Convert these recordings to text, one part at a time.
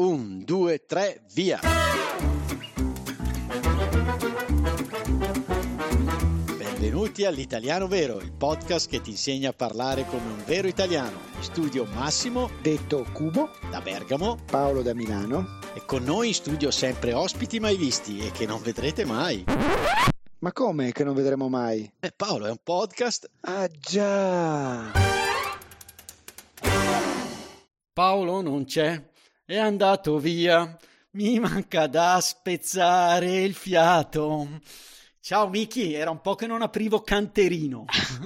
1, 2, 3, via! Benvenuti all'Italiano Vero, il podcast che ti insegna a parlare come un vero italiano. In studio Massimo, detto Cubo, da Bergamo, Paolo da Milano. E con noi in studio sempre ospiti mai visti e che non vedrete mai. Ma come che non vedremo mai? Paolo, è un podcast. Ah già! Paolo non c'è, è andato via, mi manca da spezzare il fiato. Ciao Miki, era un po' che non aprivo canterino.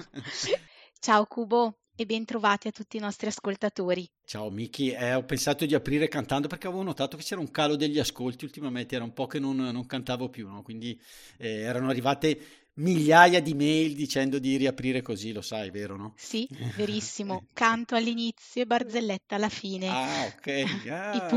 Ciao Cubo e ben trovati a tutti i nostri ascoltatori. Ciao Miki, ho pensato di aprire cantando perché avevo notato che c'era un calo degli ascolti ultimamente, era un po' che non cantavo più, no? Quindi erano arrivate migliaia di mail dicendo di riaprire così, lo sai, vero, no? Sì, verissimo. Canto all'inizio e barzelletta alla fine. Ah, ok.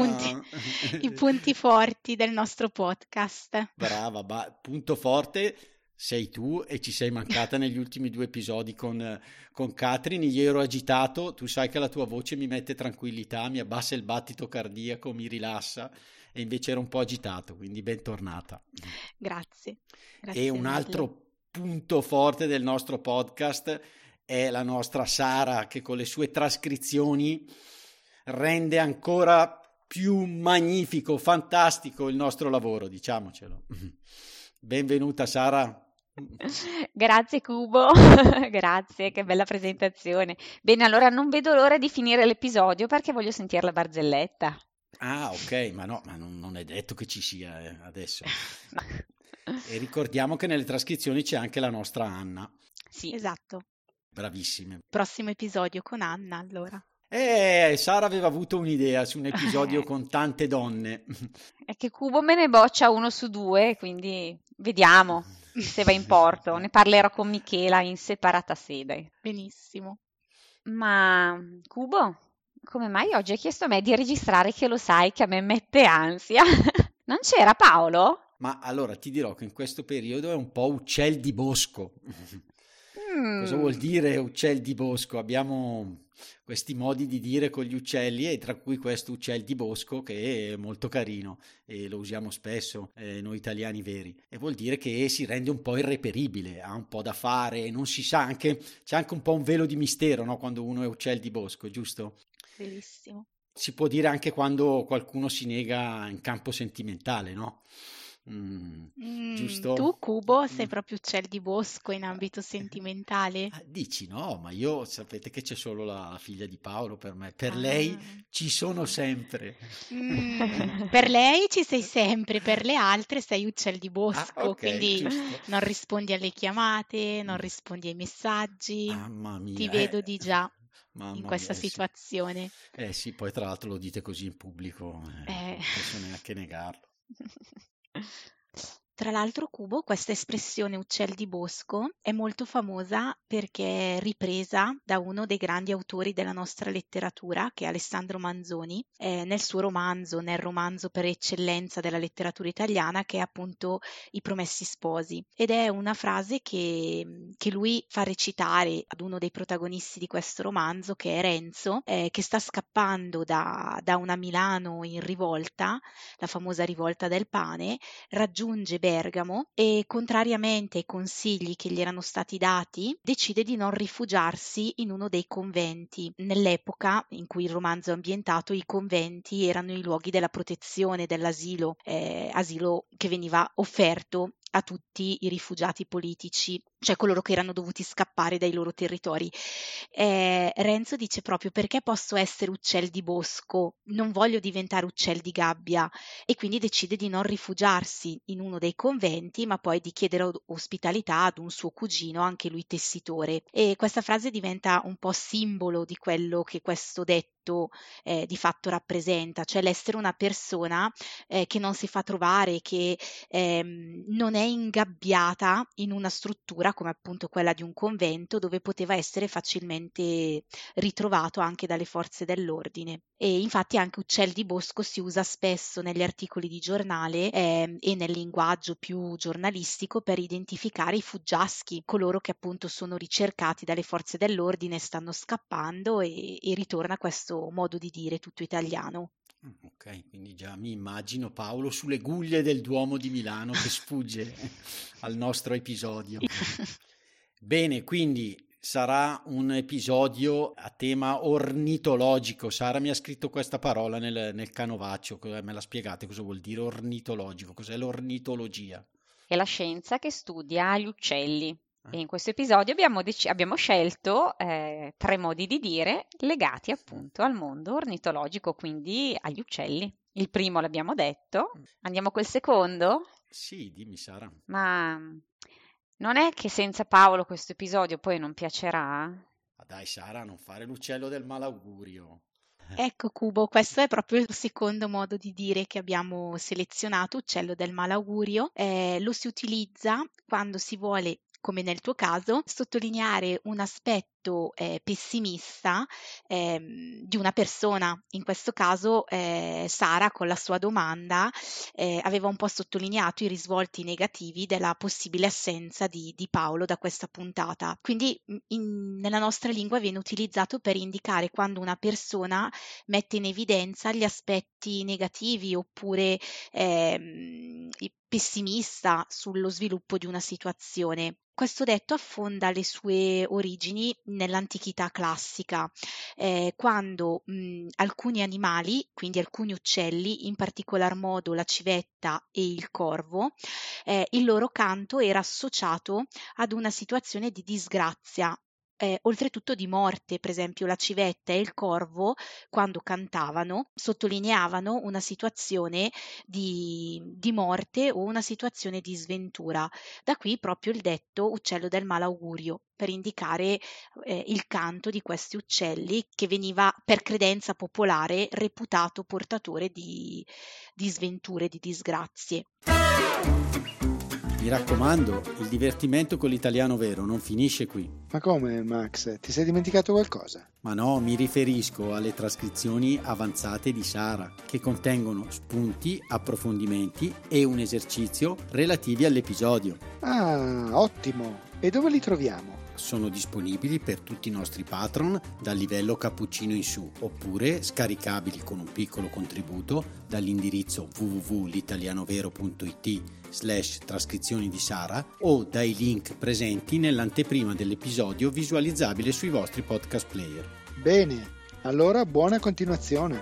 I punti forti del nostro podcast. Brava, punto forte sei tu e ci sei mancata negli ultimi 2 episodi con Katrin. Io ero agitato, tu sai che la tua voce mi mette tranquillità, mi abbassa il battito cardiaco, mi rilassa, e invece ero un po' agitato, quindi bentornata. Grazie. E un altro punto forte del nostro podcast è la nostra Sara, che con le sue trascrizioni rende ancora più magnifico, fantastico il nostro lavoro, diciamocelo. Benvenuta Sara. Grazie Cubo, grazie, che bella presentazione. Bene, allora non vedo l'ora di finire l'episodio perché voglio sentire la barzelletta. Ah, ok, ma non è detto che ci sia adesso. E ricordiamo che nelle trascrizioni c'è anche la nostra Anna. Sì, esatto. Bravissime. Prossimo episodio con Anna, allora. Sara aveva avuto un'idea su un episodio con tante donne. È che Cubo me ne boccia 1 su 2, quindi vediamo se va in porto. Ne parlerò con Michela in separata sede. Benissimo. Ma Cubo, come mai oggi hai chiesto a me di registrare, che lo sai che a me mette ansia? Non c'era Paolo? Ma allora ti dirò che in questo periodo è un po' uccel di bosco. Cosa vuol dire uccel di bosco? Abbiamo questi modi di dire con gli uccelli e tra cui questo uccel di bosco che è molto carino e lo usiamo spesso noi italiani veri, e vuol dire che si rende un po' irreperibile, ha un po' da fare, non si sa, c'è anche un po' un velo di mistero, no? Quando uno è uccel di bosco, giusto? Bellissimo. Si può dire anche quando qualcuno si nega in campo sentimentale, no? Giusto? Tu, Cubo, sei proprio uccel di bosco in ambito sentimentale? Dici no, ma io sapete che c'è solo la figlia di Paolo per me. Per lei ci sono sempre. Per lei ci sei sempre, per le altre sei uccel di bosco, okay, quindi giusto. non rispondi alle chiamate, non rispondi ai messaggi. Mamma mia. Ti vedo di già Mamma in questa mia, situazione. Sì, poi tra l'altro lo dite così in pubblico, non posso neanche negarlo. Tra l'altro, Cubo, questa espressione uccel di bosco è molto famosa perché è ripresa da uno dei grandi autori della nostra letteratura, che è Alessandro Manzoni, nel suo romanzo, nel romanzo per eccellenza della letteratura italiana, che è appunto I Promessi Sposi. Ed è una frase che lui fa recitare ad uno dei protagonisti di questo romanzo, che è Renzo, che sta scappando da una Milano in rivolta, la famosa rivolta del pane, raggiunge Bergamo e, contrariamente ai consigli che gli erano stati dati, decide di non rifugiarsi in uno dei conventi. Nell'epoca in cui il romanzo è ambientato, i conventi erano i luoghi della protezione, dell'asilo, asilo che veniva offerto a tutti i rifugiati politici, cioè coloro che erano dovuti scappare dai loro territori. Renzo dice proprio: perché posso essere uccel di bosco, non voglio diventare uccel di gabbia, e quindi decide di non rifugiarsi in uno dei conventi, ma poi di chiedere ospitalità ad un suo cugino, anche lui tessitore. E questa frase diventa un po' simbolo di quello che questo detto di fatto rappresenta, cioè l'essere una persona che non si fa trovare, che non è ingabbiata in una struttura come appunto quella di un convento, dove poteva essere facilmente ritrovato anche dalle forze dell'ordine. E infatti anche uccel di bosco si usa spesso negli articoli di giornale e nel linguaggio più giornalistico per identificare i fuggiaschi, coloro che appunto sono ricercati dalle forze dell'ordine, stanno scappando, e ritorna questo modo di dire tutto italiano. Ok, quindi già mi immagino Paolo sulle guglie del Duomo di Milano che sfugge al nostro episodio. Bene, quindi sarà un episodio a tema ornitologico. Sara mi ha scritto questa parola nel canovaccio, me la spiegate cosa vuol dire ornitologico? Cos'è l'ornitologia? È la scienza che studia gli uccelli. Ah, E in questo episodio abbiamo scelto 3 modi di dire legati appunto al mondo ornitologico, quindi agli uccelli. Il primo l'abbiamo detto, andiamo col secondo? sì, dimmi Sara. Ma non è che senza Paolo questo episodio poi non piacerà? Ma dai Sara, non fare l'uccello del malaugurio. Ecco Cubo, questo è proprio il secondo modo di dire che abbiamo selezionato, uccello del malaugurio. Lo si utilizza quando si vuole, come nel tuo caso, sottolineare un aspetto pessimista di una persona. In questo caso Sara con la sua domanda aveva un po' sottolineato i risvolti negativi della possibile assenza di Paolo da questa puntata. Quindi nella nostra lingua viene utilizzato per indicare quando una persona mette in evidenza gli aspetti negativi oppure pessimista sullo sviluppo di una situazione. Questo detto affonda le sue origini nell'antichità classica, quando alcuni animali, quindi alcuni uccelli, in particolar modo la civetta e il corvo, il loro canto era associato ad una situazione di disgrazia, oltretutto di morte. Per esempio la civetta e il corvo, quando cantavano, sottolineavano una situazione di morte o una situazione di sventura. Da qui proprio il detto uccello del malaugurio, per indicare il canto di questi uccelli che veniva per credenza popolare reputato portatore di sventure, di disgrazie. Mi raccomando, il divertimento con l'italiano vero non finisce qui. Ma come, Max? Ti sei dimenticato qualcosa? Ma no, mi riferisco alle trascrizioni avanzate di Sara, che contengono spunti, approfondimenti e un esercizio relativi all'episodio. Ah, ottimo! E dove li troviamo? Sono disponibili per tutti i nostri patron dal livello cappuccino in su, oppure scaricabili con un piccolo contributo dall'indirizzo www.litalianovero.it/trascrizioni di Sara o dai link presenti nell'anteprima dell'episodio visualizzabile sui vostri podcast player. Bene, allora buona continuazione.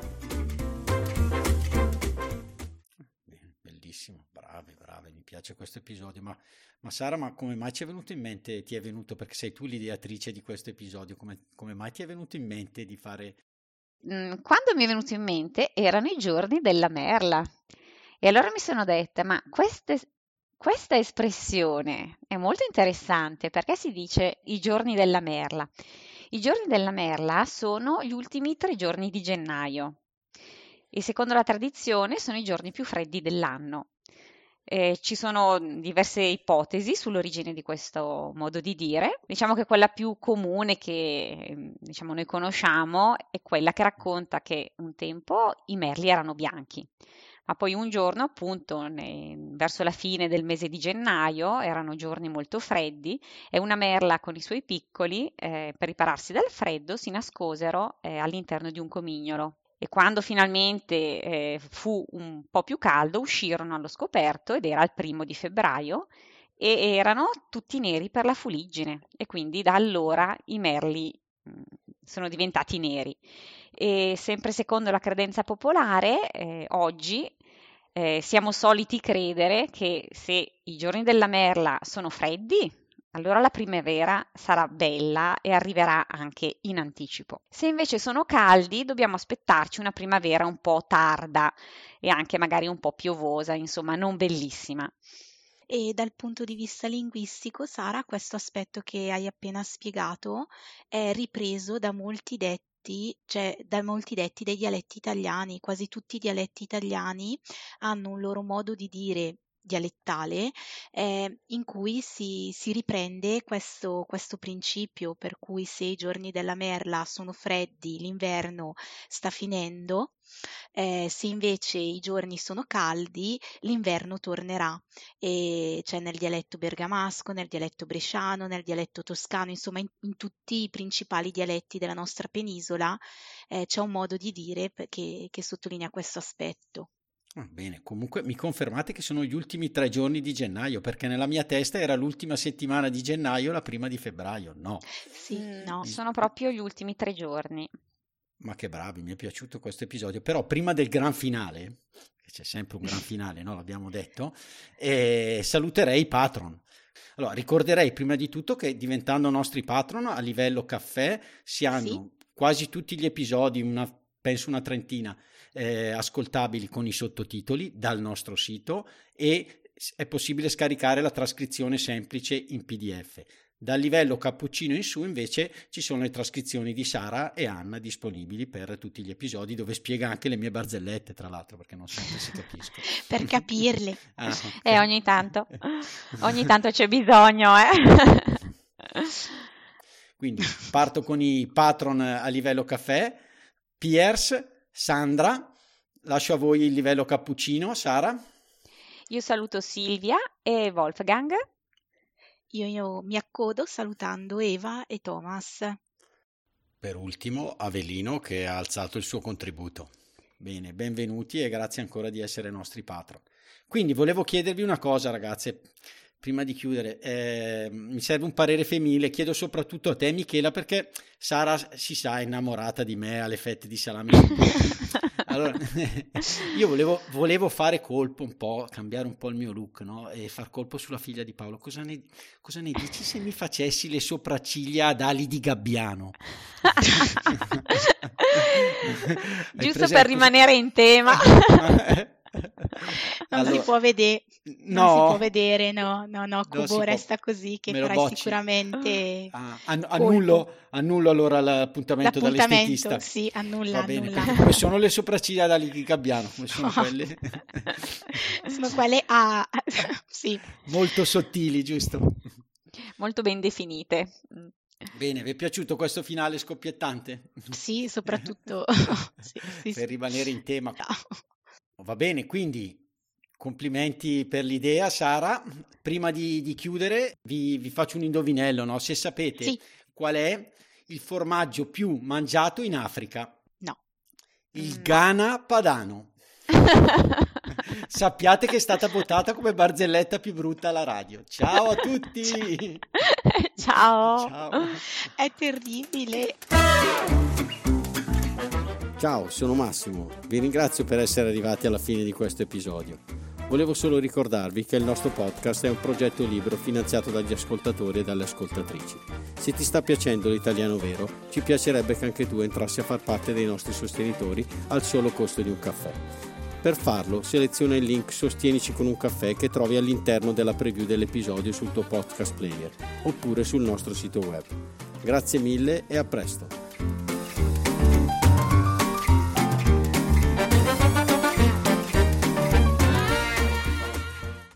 Bellissimo, brave, mi piace questo episodio, ma Sara, ma come mai ci è venuto in mente, ti è venuto, perché sei tu l'ideatrice di questo episodio, come mai ti è venuto in mente di fare... Quando mi è venuto in mente erano i giorni della merla e allora mi sono detta, ma questa espressione è molto interessante perché si dice i giorni della merla. I giorni della merla sono gli ultimi 3 giorni di gennaio e secondo la tradizione sono i giorni più freddi dell'anno. Ci sono diverse ipotesi sull'origine di questo modo di dire. Diciamo che quella più comune che diciamo, noi conosciamo è quella che racconta che un tempo i merli erano bianchi, ma poi un giorno, appunto, verso la fine del mese di gennaio, erano giorni molto freddi e una merla con i suoi piccoli, per ripararsi dal freddo, si nascosero all'interno di un comignolo. E quando finalmente fu un po' più caldo, uscirono allo scoperto ed era il 1° di febbraio e erano tutti neri per la fuliggine e quindi da allora i merli sono diventati neri. E sempre secondo la credenza popolare, oggi siamo soliti credere che se i giorni della merla sono freddi, allora la primavera sarà bella e arriverà anche in anticipo. Se invece sono caldi, dobbiamo aspettarci una primavera un po' tarda e anche magari un po' piovosa, insomma, non bellissima. E dal punto di vista linguistico, Sara, questo aspetto che hai appena spiegato è ripreso da molti detti, cioè da molti detti dei dialetti italiani. Quasi tutti i dialetti italiani hanno un loro modo di dire dialettale in cui si riprende questo principio per cui se i giorni della merla sono freddi, l'inverno sta finendo, se invece i giorni sono caldi, l'inverno tornerà. E c'è nel dialetto bergamasco, nel dialetto bresciano, nel dialetto toscano, insomma in tutti i principali dialetti della nostra penisola c'è un modo di dire che sottolinea questo aspetto. Bene, comunque mi confermate che sono gli ultimi 3 giorni di gennaio, perché nella mia testa era l'ultima settimana di gennaio, la prima di febbraio, no? Sì, no. Sono proprio gli ultimi 3 giorni. Ma che bravi, mi è piaciuto questo episodio, però prima del gran finale, che c'è sempre un gran finale, no? L'abbiamo detto, saluterei i patron. Allora, ricorderei prima di tutto che diventando nostri patron a livello caffè si hanno quasi tutti gli episodi, penso una trentina, ascoltabili con i sottotitoli dal nostro sito, e è possibile scaricare la trascrizione semplice in PDF. Dal livello cappuccino in su invece ci sono le trascrizioni di Sara e Anna disponibili per tutti gli episodi, dove spiega anche le mie barzellette, tra l'altro, perché non sempre si capiscono. Per capirle. Okay. Ogni tanto c'è bisogno, Quindi parto con i patron a livello caffè: Piers, Sandra, lascio a voi il livello cappuccino. Sara? Io saluto Silvia e Wolfgang. Io mi accodo salutando Eva e Thomas. Per ultimo Avelino, che ha alzato il suo contributo. Bene, benvenuti e grazie ancora di essere nostri patron. Quindi volevo chiedervi una cosa, ragazze, prima di chiudere. Mi serve un parere femminile, chiedo soprattutto a te, Michela, perché Sara si sa è innamorata di me alle fette di salame. Allora, io volevo fare colpo un po', cambiare un po' il mio look, no? E far colpo sulla figlia di Paolo. Cosa ne dici se mi facessi le sopracciglia ad ali di gabbiano? Giusto per rimanere in tema. Non si può vedere, non si può vedere, no, Cubo resta così, che farai sicuramente annullo allora l'appuntamento dall'estetista. Sì, annulla. Va bene, come sono le sopracciglia da lì di gabbiano? Come sono quelle? Sono quelle sì. Molto sottili, giusto? Molto ben definite. Bene, vi è piaciuto questo finale scoppiettante? Sì, soprattutto sì. Per rimanere in tema. Va bene, quindi complimenti per l'idea, Sara. Prima di chiudere vi faccio un indovinello, no? Se sapete qual è il formaggio più mangiato in Africa. No. Il Ghana Padano. Sappiate che è stata votata come barzelletta più brutta alla radio. Ciao a tutti. Ciao. È terribile. Ciao, sono Massimo. Vi ringrazio per essere arrivati alla fine di questo episodio. Volevo solo ricordarvi che il nostro podcast è un progetto libero finanziato dagli ascoltatori e dalle ascoltatrici. Se ti sta piacendo l'italiano vero, ci piacerebbe che anche tu entrassi a far parte dei nostri sostenitori al solo costo di un caffè. Per farlo, seleziona il link Sostienici con un caffè che trovi all'interno della preview dell'episodio sul tuo podcast player oppure sul nostro sito web. Grazie mille e a presto!